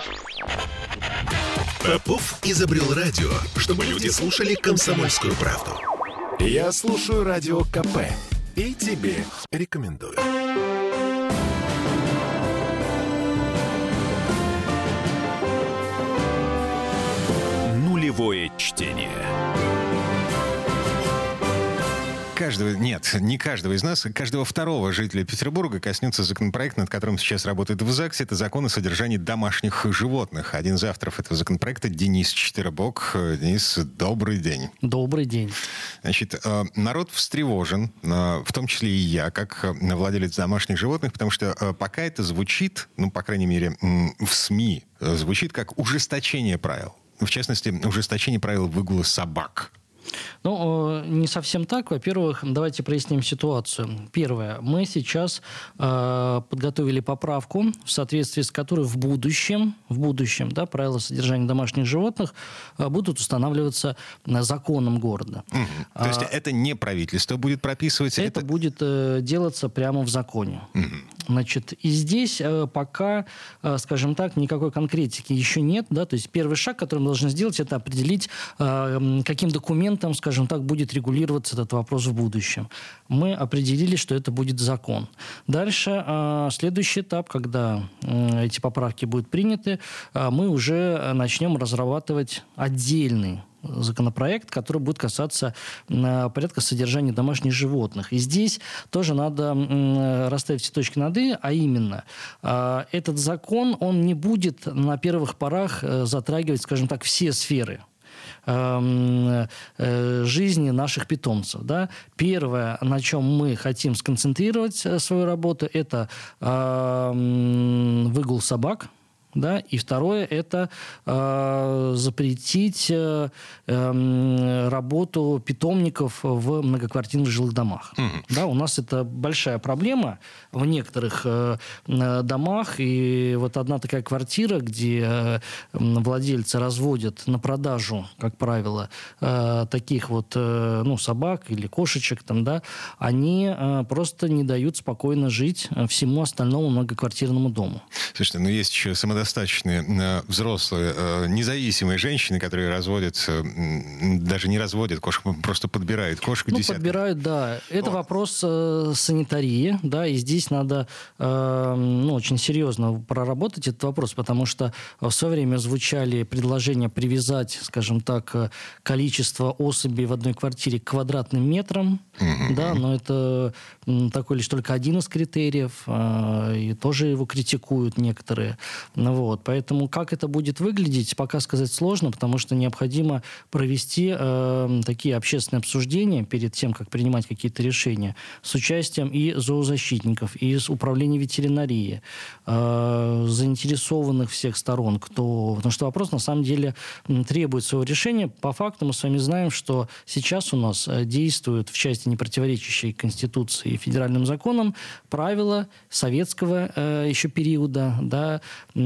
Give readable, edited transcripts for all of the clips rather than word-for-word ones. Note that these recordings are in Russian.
Попов изобрел радио, чтобы люди слушали «Комсомольскую правду». Я слушаю Радио КП и тебе рекомендую. Нулевое чтение. Не каждого из нас, каждого второго жителя Петербурга коснется законопроект, над которым сейчас работает в ЗАГСе. Это закон о содержании домашних животных. Один из авторов этого законопроекта — Денис Четеробок. Денис, добрый день. Добрый день. Значит, народ встревожен, в том числе и я, как владелец домашних животных, потому что пока это звучит, по крайней мере, в СМИ, звучит как ужесточение правил. В частности, ужесточение правил выгула собак. Не совсем так. Во-первых, давайте проясним ситуацию. Первое. Мы сейчас подготовили поправку, в соответствии с которой в будущем, правила содержания домашних животных будут устанавливаться законом города. То есть это не правительство будет прописывать? Это будет делаться прямо в законе. Значит, и здесь пока, скажем так, никакой конкретики еще нет. Да? То есть первый шаг, который мы должны сделать, это определить, каким документом, скажем так, будет регулироваться этот вопрос в будущем. Мы определили, что это будет закон. Дальше, следующий этап, когда эти поправки будут приняты, мы уже начнем разрабатывать отдельный законопроект, который будет касаться порядка содержания домашних животных. И здесь тоже надо расставить все точки над «и», а именно, этот закон, он не будет на первых порах затрагивать, скажем так, все сферы жизни наших питомцев. Да? Первое, на чем мы хотим сконцентрировать свою работу, это выгул собак. Да? И второе – это запретить работу питомников в многоквартирных жилых домах. Да, у нас это большая проблема в некоторых домах. И вот одна такая квартира, где владельцы разводят на продажу, как правило, таких вот собак или кошечек, они просто не дают спокойно жить всему остальному многоквартирному дому. Слушайте, есть еще самодостаточные взрослые, независимые женщины, которые разводят, даже не разводят кошек, просто подбирают кошек десятки. Подбирают, да. Это вопрос санитарии, да, и здесь надо очень серьезно проработать этот вопрос, потому что в свое время звучали предложения привязать, скажем так, количество особей в одной квартире к квадратным метрам, да, но это такой лишь только один из критериев, и тоже его критикуют некоторые. Поэтому как это будет выглядеть, пока сказать сложно, потому что необходимо провести такие общественные обсуждения перед тем, как принимать какие-то решения, с участием и зоозащитников, и с управления ветеринарии, заинтересованных всех сторон, потому что вопрос на самом деле требует своего решения. По факту мы с вами знаем, что сейчас у нас действуют в части, не противоречащей Конституции и федеральным законам, правила советского еще периода, да,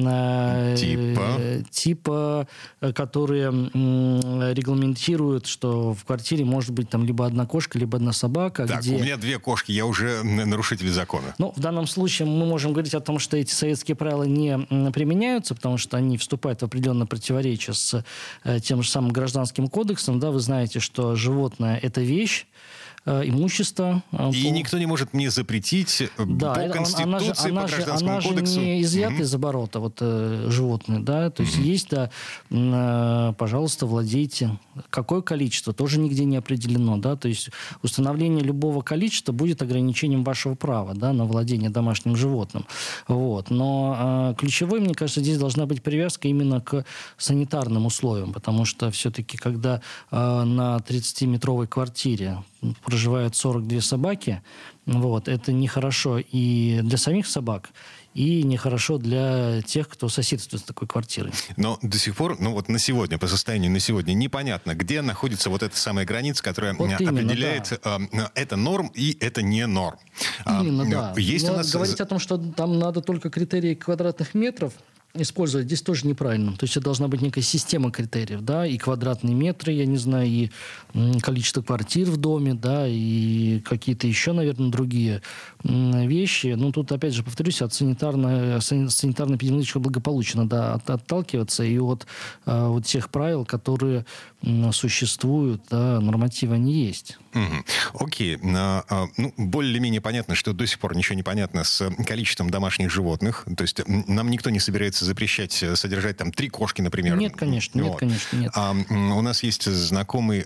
типа, которые регламентируют, что в квартире может быть либо одна кошка, либо одна собака. Так, у меня две кошки, я уже нарушитель закона. В данном случае мы можем говорить о том, что эти советские правила не применяются, потому что они вступают в определенное противоречие с тем же самым Гражданским кодексом. Да, вы знаете, что животное – это вещь, имущество. И никто не может мне запретить по Конституции, по Гражданскому кодексу. Она же не изъята из оборота, животные, да, то есть есть, пожалуйста, владейте. Какое количество, тоже нигде не определено, да, то есть установление любого количества будет ограничением вашего права, да, на владение домашним животным. Но ключевой, мне кажется, здесь должна быть привязка именно к санитарным условиям, потому что все-таки, когда на 30-метровой квартире проживают 42 собаки, это нехорошо и для самих собак, и нехорошо для тех, кто соседствует с такой квартирой. Но до сих пор, на сегодня, по состоянию на сегодня, непонятно, где находится эта самая граница, которая определяет, это норм и это не норм. Именно, да. Есть у нас... Говорить о том, что там надо только критерии квадратных метров, использовать, здесь тоже неправильно. То есть это должна быть некая система критериев, да, и квадратные метры, я не знаю, и количество квартир в доме, да, и какие-то еще, наверное, другие вещи. Ну, тут, опять же, повторюсь, от санитарно-эпидемиологического благополучия надо отталкиваться и от вот тех правил, которые существуют, да, нормативы они есть. Окей. Ну, более-менее понятно, что до сих пор ничего не понятно с количеством домашних животных. То есть нам никто не собирается запрещать содержать там 3 кошки, например. Нет, конечно, вот. Нет, конечно, нет. У нас есть знакомый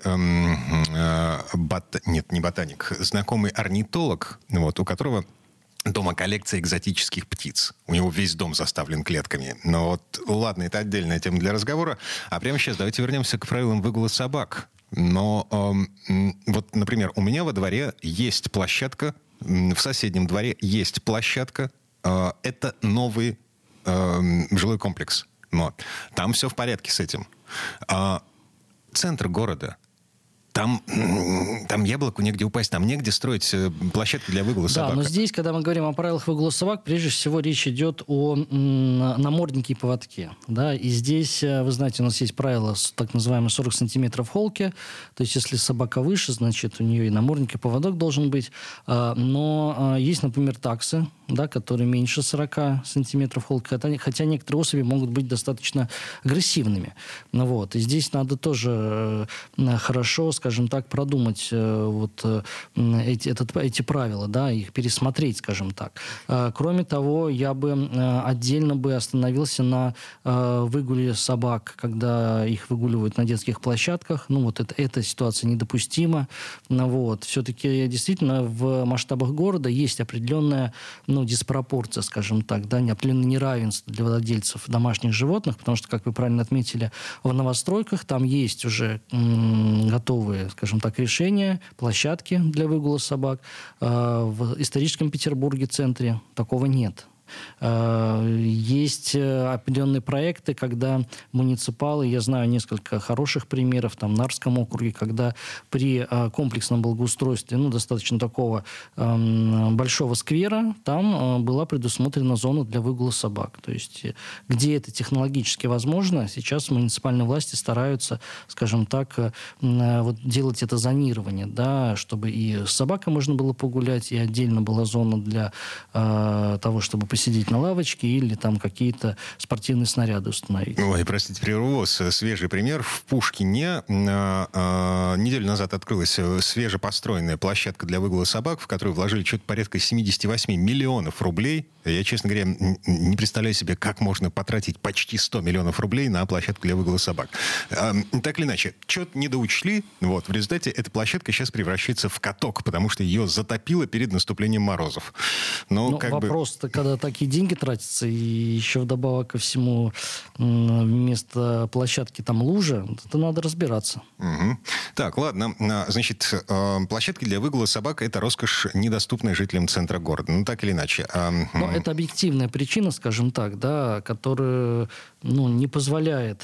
знакомый орнитолог, вот, у которого дома коллекция экзотических птиц. У него весь дом заставлен клетками. Но вот, ладно, это отдельная тема для разговора. А прямо сейчас давайте вернемся к правилам выгула собак. Но вот, например, у меня во дворе есть площадка, в соседнем дворе есть площадка. Это новый жилой комплекс. Вот. Там все в порядке с этим. Центр города. Там яблоку негде упасть, там негде строить площадки для выгула собак. Да, но здесь, когда мы говорим о правилах выгула собак, прежде всего речь идет о наморднике и поводке. Да? И здесь, вы знаете, у нас есть правило, так называемое 40 сантиметров холки. То есть, если собака выше, значит, у нее и намордник, и поводок должен быть. Но есть, например, таксы, да, которые меньше 40 сантиметров холки, хотя некоторые особи могут быть достаточно агрессивными. Ну, вот. И здесь надо тоже хорошо, скажем так, продумать эти правила, да, их пересмотреть, скажем так. Кроме того, я бы отдельно остановился на выгуле собак, когда их выгуливают на детских площадках. Ну, вот эта ситуация недопустима. Вот. Все-таки действительно в масштабах города есть определенная, диспропорция, скажем так, да, определенное неравенство для владельцев домашних животных, потому что, как вы правильно отметили, в новостройках там есть уже готовые, скажем так, решения, площадки для выгула собак. В историческом Петербурге центре такого нет. Есть определенные проекты, когда муниципалы, я знаю несколько хороших примеров, там, в Нарвском округе, когда при комплексном благоустройстве, достаточно такого большого сквера, там была предусмотрена зона для выгула собак. То есть, где это технологически возможно, сейчас муниципальные власти стараются, скажем так, делать это зонирование, да, чтобы и с собакой можно было погулять, и отдельно была зона для того, чтобы посидеть на лавочке или там какие-то спортивные снаряды установить. Ой, простите, прерву. Свежий пример. В Пушкине неделю назад открылась свежепостроенная площадка для выгула собак, в которую вложили что-то порядка 78 миллионов рублей. Я, честно говоря, не представляю себе, как можно потратить почти 100 миллионов рублей на площадку для выгула собак. Так или иначе, что-то недоучли. Вот, в результате эта площадка сейчас превращается в каток, потому что ее затопило перед наступлением морозов. Вопрос-то, когда такие деньги тратятся, и еще вдобавок ко всему вместо площадки там лужа, это надо разбираться. Угу. Так, ладно. Значит, площадки для выгула собак — это роскошь, недоступная жителям центра города. Так или иначе. Это объективная причина, скажем так, да, которая не позволяет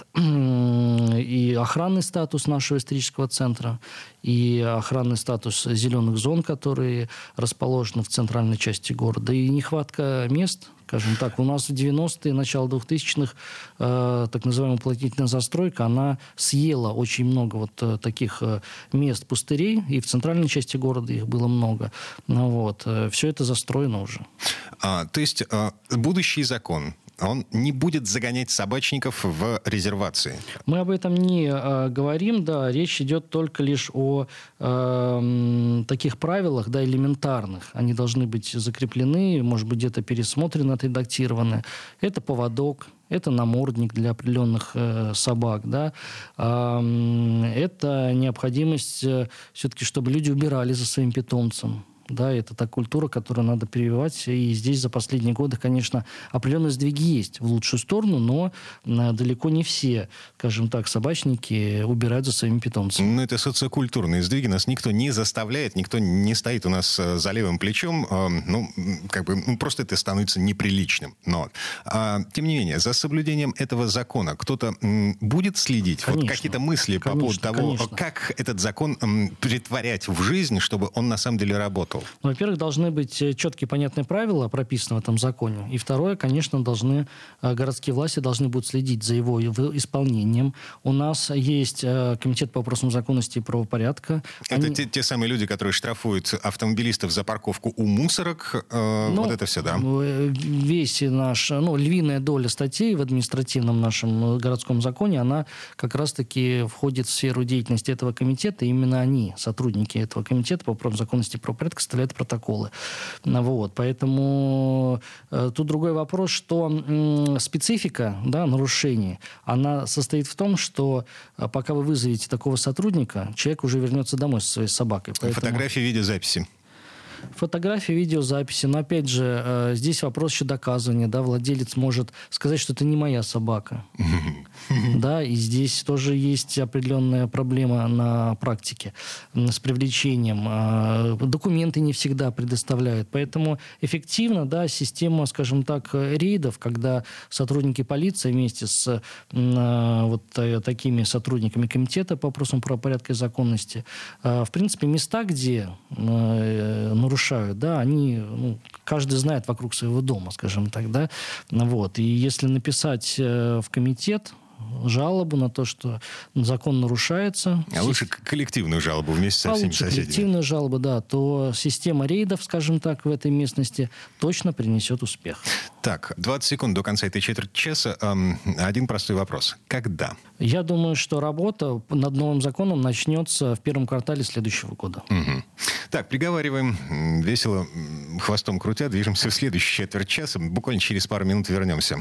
и охранный статус нашего исторического центра, и охранный статус зеленых зон, которые расположены в центральной части города, и нехватка мест. Скажем так, у нас в 90-е, начало 2000-х так называемая уплотнительная застройка, она съела очень много таких мест, пустырей, и в центральной части города их было много. Все это застроено уже. То есть будущий закон, он не будет загонять собачников в резервации? Мы об этом не говорим, да. Речь идет только лишь о таких правилах, да, элементарных. Они должны быть закреплены, может быть, где-то пересмотрены, отредактированы. Это поводок, это намордник для определенных собак, да. Это необходимость все-таки, чтобы люди убирали за своим питомцем. Да, это та культура, которую надо прививать. И здесь за последние годы, конечно, определенные сдвиги есть в лучшую сторону, но далеко не все, скажем так, собачники убирают за своими питомцами. Это социокультурные сдвиги. Нас никто не заставляет, никто не стоит у нас за левым плечом. Просто это становится неприличным. Но, тем не менее, за соблюдением этого закона кто-то будет следить? Конечно. Какие-то мысли по поводу того, как этот закон претворять в жизнь, чтобы он на самом деле работал? протокол? Во-первых, должны быть четкие, понятные правила, прописаны в этом законе. И второе, конечно, городские власти должны будут следить за его исполнением. У нас есть комитет по вопросам законности и правопорядка. Это те самые люди, которые штрафуют автомобилистов за парковку у мусорок? Вот это все, да? Весь наш, львиная доля статей в административном нашем городском законе, она как раз-таки входит в сферу деятельности этого комитета. И именно они, сотрудники этого комитета по вопросам законности и правопорядка, составляют протоколы. Вот. Поэтому тут другой вопрос, что специфика нарушений, она состоит в том, что пока вы вызовете такого сотрудника, человек уже вернется домой со своей собакой. Поэтому... Фотографии, видеозаписи. Фотографии, видеозаписи. Но, опять же, здесь вопрос еще доказывания. Да? Владелец может сказать, что это не моя собака. Да, и здесь тоже есть определенная проблема на практике с привлечением. Документы не всегда предоставляют. Поэтому эффективно, да, система, скажем так, рейдов, когда сотрудники полиции вместе с такими сотрудниками комитета по вопросам правопорядка и законности, в принципе, места, где нарушают, да, они, каждый знает вокруг своего дома, скажем так, да, вот, и если написать в комитет жалобу на то, что закон нарушается. А лучше коллективную жалобу вместе со всеми соседями. Коллективную жалобу, да, то система рейдов, скажем так, в этой местности точно принесет успех. Так, 20 секунд до конца этой четверти часа. Один простой вопрос. Когда? Я думаю, что работа над новым законом начнется в первом квартале следующего года. Угу. Так, приговариваем, весело хвостом крутя, движемся в следующую четверть часа. Буквально через пару минут вернемся.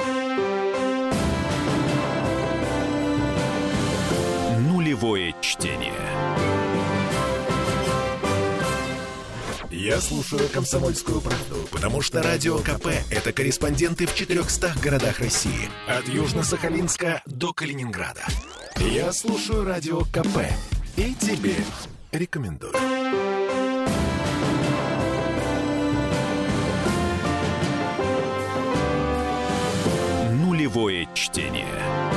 Нулевое чтение. Я слушаю «Комсомольскую правду», потому что Радио КП – это корреспонденты в 400 городах России. От Южно-Сахалинска до Калининграда. Я слушаю Радио КП и тебе рекомендую. Нулевое чтение.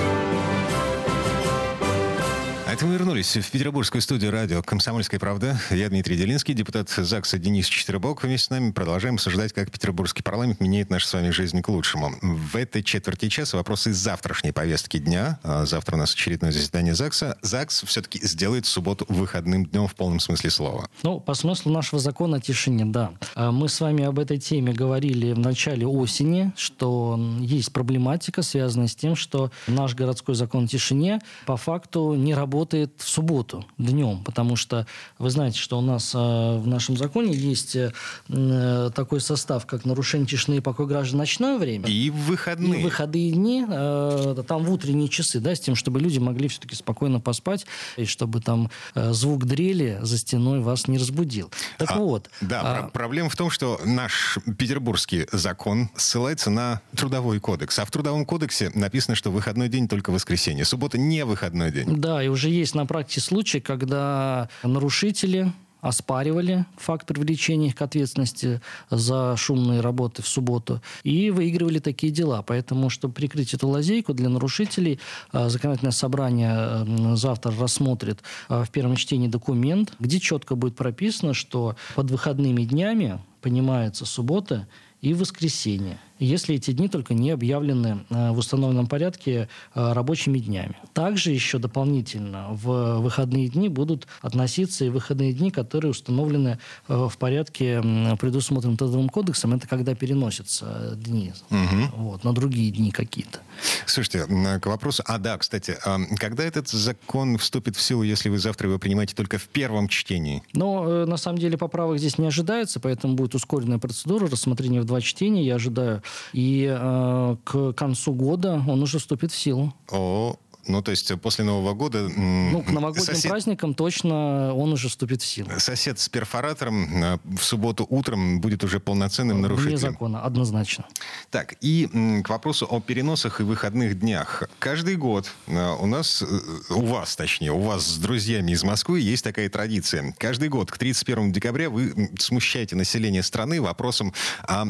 Это мы вернулись в петербургскую студию радио «Комсомольская правда». Я Дмитрий Делинский, депутат ЗАГСа Денис Четвербок. Вместе с нами продолжаем обсуждать, как петербургский парламент меняет нашу с вами жизнь к лучшему. В этой четверти часа вопросы из завтрашней повестки дня. Завтра у нас очередное заседание ЗАГСа. ЗАГС все-таки сделает субботу выходным днем в полном смысле слова. По смыслу нашего закона о тишине, да. Мы с вами об этой теме говорили в начале осени, что есть проблематика, связанная с тем, что наш городской закон о тишине по факту не работает в субботу днем, потому что вы знаете, что у нас в нашем законе есть такой состав, как нарушение тишины и покоя граждан в ночное время. И в выходные. И в выходные дни, там в утренние часы, да, с тем, чтобы люди могли все-таки спокойно поспать, и чтобы там звук дрели за стеной вас не разбудил. Так вот. Да, проблема в том, что наш петербургский закон ссылается на Трудовой кодекс. А в Трудовом кодексе написано, что выходной день только воскресенье. Суббота не выходной день. Да, и уже есть на практике случаи, когда нарушители оспаривали факт привлечения их к ответственности за шумные работы в субботу и выигрывали такие дела. Поэтому, чтобы прикрыть эту лазейку для нарушителей, законодательное собрание завтра рассмотрит в первом чтении документ, где четко будет прописано, что под выходными днями понимается суббота и воскресенье, если эти дни только не объявлены в установленном порядке рабочими днями. Также еще дополнительно в выходные дни будут относиться и выходные дни, которые установлены в порядке, предусмотренным Трудовым кодексом. Это когда переносятся дни на другие дни какие-то. Слушайте, к вопросу... кстати, когда этот закон вступит в силу, если вы завтра его принимаете только в первом чтении? На самом деле поправок здесь не ожидается, поэтому будет ускоренная процедура рассмотрения в 2 чтения, я ожидаю. И к концу года он уже вступит в силу. То есть после Нового года... к новогодним праздникам точно он уже вступит в силу. Сосед с перфоратором в субботу утром будет уже полноценным нарушителем. Вне закона, однозначно. Так, и к вопросу о переносах и выходных днях. Каждый год у вас с друзьями из Москвы есть такая традиция. Каждый год к 31 декабря вы смущаете население страны вопросом,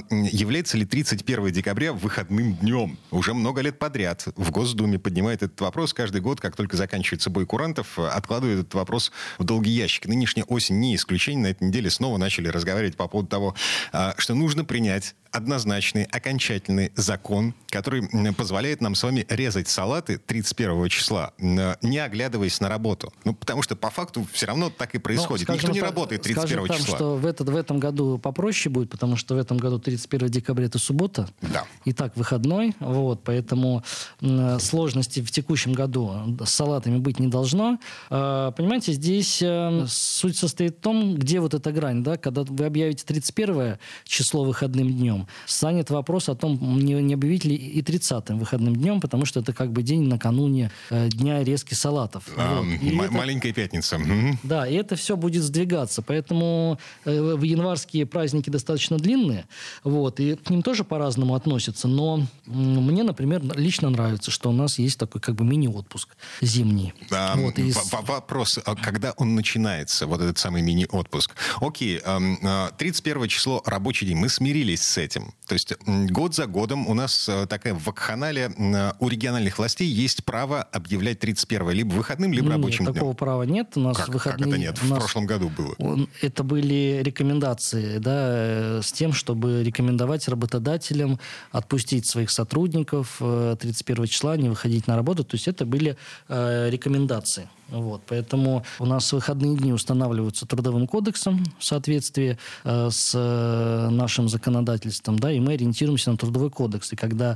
является ли 31 декабря выходным днем? Уже много лет подряд в Госдуме поднимает этот вопрос вопрос. Каждый год, как только заканчивается бой курантов, откладывают этот вопрос в долгий ящик. Нынешняя осень не исключение. На этой неделе снова начали разговаривать по поводу того, что нужно принять однозначный, окончательный закон, который позволяет нам с вами резать салаты 31 числа, не оглядываясь на работу. Ну, потому что по факту все равно так и происходит. Никто не работает 31 числа. Скажем, что в этом году попроще будет, потому что в этом году 31 декабря это суббота. Да. И так выходной. Вот, поэтому сложности в текущем году с салатами быть не должно. Понимаете, здесь суть состоит в том, где вот эта грань, да, когда вы объявите 31 число выходным днем, станет вопрос о том, не объявить ли и 30-м выходным днем, потому что это как бы день накануне дня резки салатов. Маленькая пятница. Да, и это все будет сдвигаться. Поэтому январские праздники достаточно длинные, вот, и к ним тоже по-разному относятся. Но мне, например, лично нравится, что у нас есть такой как бы мини-отпуск зимний. Вопрос, когда он начинается, вот этот самый мини-отпуск? Окей, 31 число рабочий день. Мы смирились с этим. То есть год за годом у нас такая вакханалия. У региональных властей есть право объявлять 31 либо выходным, либо рабочим днем. Такого права нет. У нас выходные... Как это нет? В прошлом году было. Это были рекомендации, да, с тем, чтобы рекомендовать работодателям отпустить своих сотрудников 31 числа, не выходить на работу. То есть это были рекомендации. Вот, поэтому у нас выходные дни устанавливаются Трудовым кодексом в соответствии с нашим законодательством, да, и мы ориентируемся на Трудовой кодекс. И когда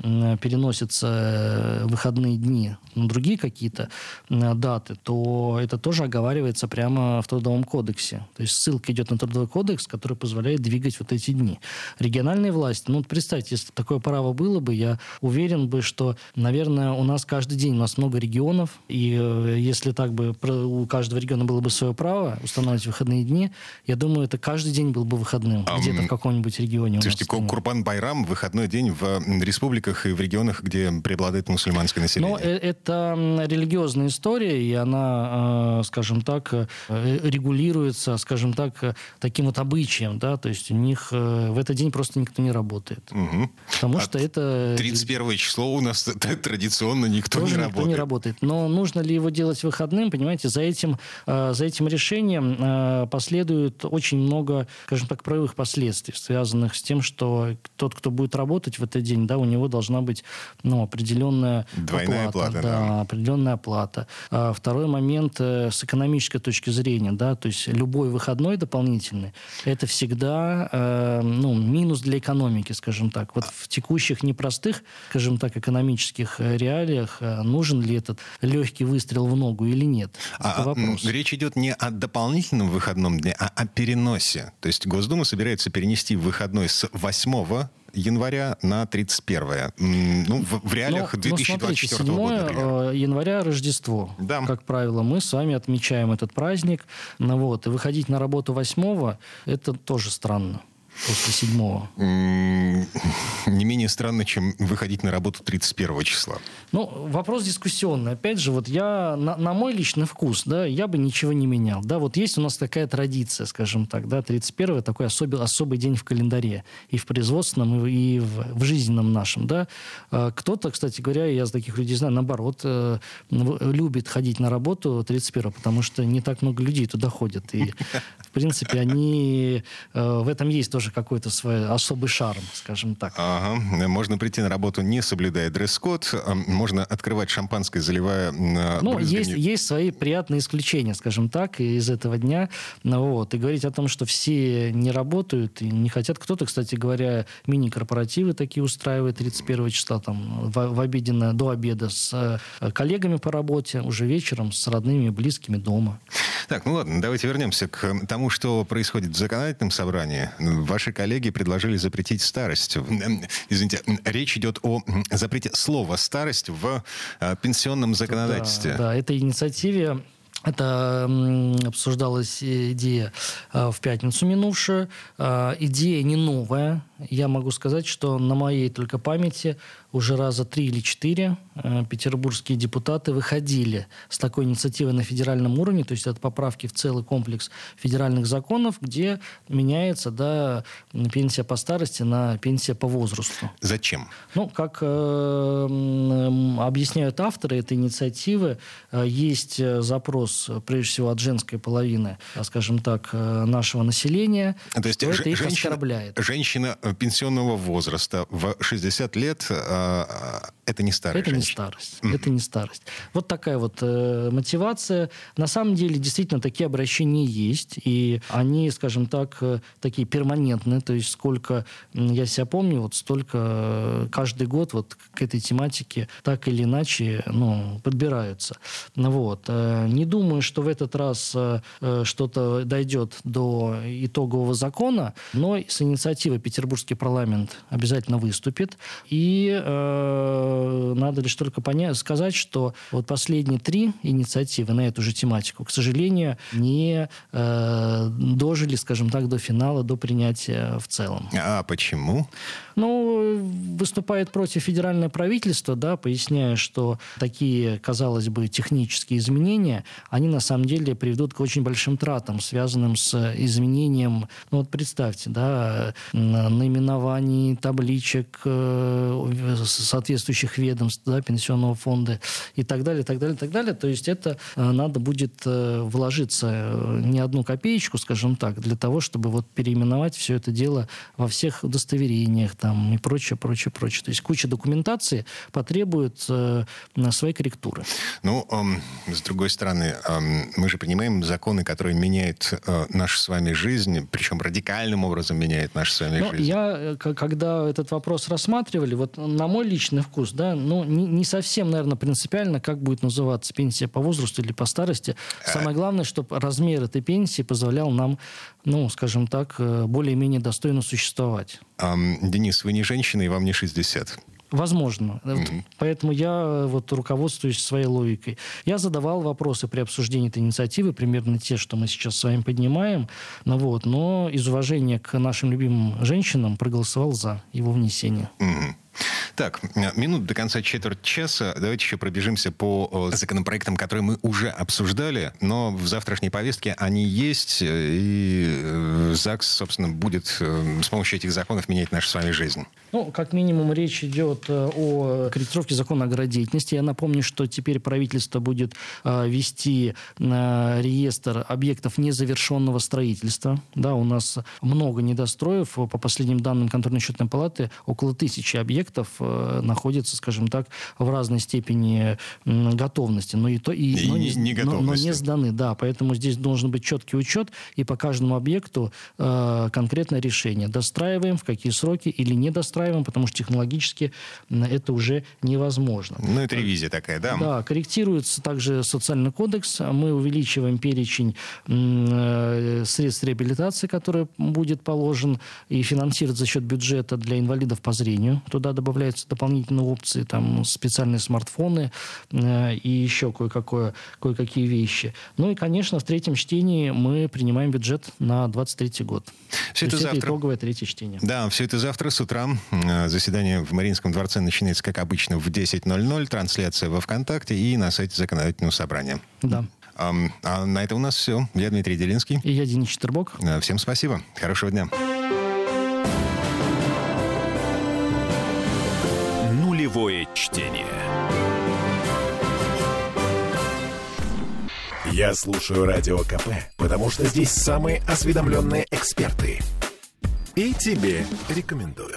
переносятся выходные дни на другие какие-то даты, то это тоже оговаривается прямо в Трудовом кодексе. То есть ссылка идет на Трудовой кодекс, который позволяет двигать вот эти дни. Региональные власти, ну, представьте, если такое право было бы, я уверен бы, что, наверное, у нас каждый день, у нас много регионов, и если так бы у каждого региона было бы свое право устанавливать выходные дни, я думаю, это каждый день был бы выходным где-то в каком-нибудь регионе. То есть Курбан-Байрам, выходной день в республиках и в регионах, где преобладает мусульманское население. Но это религиозная история, и она, скажем так, регулируется, скажем так, таким вот обычаем, да, то есть у них в этот день просто никто не работает. Угу. Потому что это... 31 число у нас традиционно никто не работает. Никто не работает. Но нужно ли его делать выходным, понимаете, за этим решением последует очень много, скажем так, правовых последствий, связанных с тем, что тот, кто будет работать в этот день, да, у него должна быть, ну, определенная двойная оплата. Да, определенная оплата. Второй момент с экономической точки зрения, да, то есть любой выходной дополнительный, это всегда, минус для экономики, скажем так. Вот в текущих непростых, скажем так, экономических реалиях нужен ли этот легкий выстрел в ногу или нет? Это вопрос. Речь идет не о дополнительном выходном дне, а о переносе. То есть Госдума собирается перенести выходной с 8 января на 31. В реалиях 2024 года, например. 7 января Рождество. Да. Как правило, мы с вами отмечаем этот праздник. И выходить на работу 8 это тоже странно. После 7-го. Не менее странно, чем выходить на работу 31 числа. Вопрос дискуссионный. Опять же, я, на мой личный вкус, да, я бы ничего не менял. Да, вот есть у нас такая традиция, скажем так, да, 31-й такой особый день в календаре. И в производственном, и в жизненном нашем, да. Кто-то, кстати говоря, я таких людей знаю, наоборот, любит ходить на работу 31-го, потому что не так много людей туда ходят. И, в принципе, они... В этом есть тоже какой-то свой особый шарм, скажем так. Ага. Можно прийти на работу, не соблюдая дресс-код. Можно открывать шампанское, заливая брызганью. Есть свои приятные исключения, скажем так, из этого дня. И говорить о том, что все не работают и не хотят. Кто-то, кстати говоря, мини-корпоративы такие устраивает 31 числа, там, до обеда с коллегами по работе, уже вечером с родными и близкими дома. Так, ладно, давайте вернемся к тому, что происходит в законодательном собрании. Ваши коллеги предложили запретить старость. Извините, речь идет о запрете слова «старость» в пенсионном законодательстве. Да, этой инициативе это обсуждалась идея в пятницу минувшую. Идея не новая. я могу сказать, что на моей только памяти уже раза 3 или 4 петербургские депутаты выходили с такой инициативой на федеральном уровне, то есть это поправки в целый комплекс федеральных законов, где меняется, да, пенсия по старости на пенсия по возрасту. Зачем? Ну, как объясняют авторы этой инициативы, есть запрос, прежде всего, от женской половины, скажем так, нашего населения, то есть что это их оскорбляет. Женщина пенсионного возраста в 60 лет это не старость. Это не старость. Это не старость. Вот такая вот мотивация. На самом деле, действительно, такие обращения есть. И они, скажем так, такие перманентные. То есть, сколько я себя помню, вот столько каждый год вот к этой тематике так или иначе подбираются. Вот. Не думаю, что в этот раз что-то дойдет до итогового закона, но с инициативой петербургский парламент обязательно выступит. И надо лишь только сказать, что вот последние 3 инициативы на эту же тематику, к сожалению, не дожили, скажем так, до финала, до принятия в целом. А почему? Выступает против федеральное правительство, да, поясняя, что такие, казалось бы, технические изменения, они на самом деле приведут к очень большим тратам, связанным с изменением, представьте, да, наименований, табличек соответствующих ведомств, да, пенсионного фонда и так далее, так далее, так далее. То есть это надо будет вложиться не одну копеечку, скажем так, для того, чтобы переименовать все это дело во всех удостоверениях там, и прочее, прочее, прочее. То есть куча документации потребует своей корректуры. С другой стороны, мы же принимаем законы, которые меняют нашу с вами жизнь, причем радикальным образом меняют нашу с вами жизнь. Когда этот вопрос рассматривали, на мой личный вкус, да, не совсем, наверное, принципиально, как будет называться пенсия по возрасту или по старости. Самое главное, чтобы размер этой пенсии позволял нам, скажем так, более-менее достойно существовать. Денис, вы не женщина, и вам не 60. Возможно. Поэтому я руководствуюсь своей логикой. Я задавал вопросы при обсуждении этой инициативы, примерно те, что мы сейчас с вами поднимаем. Но из уважения к нашим любимым женщинам проголосовал за его внесение. Так, минут до конца четверть часа. Давайте еще пробежимся по законопроектам, которые мы уже обсуждали, но в завтрашней повестке они есть, и ЗАГС, собственно, будет с помощью этих законов менять нашу с вами жизнь. Как минимум, речь идет о корректировке закона о агродеятельности. Я напомню, что теперь правительство будет вести реестр объектов незавершенного строительства. Да, у нас много недостроев. По последним данным Контрольно-счетной палаты, около 1000 объектов находятся, скажем так, в разной степени готовности, но не сданы. Да, поэтому здесь должен быть четкий учет, и по каждому объекту конкретное решение. Достраиваем, в какие сроки или не достраиваем, потому что технологически это уже невозможно. Это ревизия такая, да? Да, корректируется также социальный кодекс. Мы увеличиваем перечень средств реабилитации, который будет положен и финансировать за счет бюджета для инвалидов по зрению. Туда добавляются дополнительные опции, там специальные смартфоны и еще кое-какие вещи. И, конечно, в 3-м чтении мы принимаем бюджет на 2023 год. Все это завтра. Итоговое 3-е чтение. Да, все это завтра с утра. Заседание в Мариинском дворце начинается, как обычно, в 10:00. Трансляция во ВКонтакте и на сайте Законодательного собрания. Да. А на этом у нас все. Я Дмитрий Делинский. И я Денис Четербок. Всем спасибо. Хорошего дня. Нулевое чтение. Я слушаю Радио КП, потому что здесь самые осведомленные эксперты. И тебе рекомендую.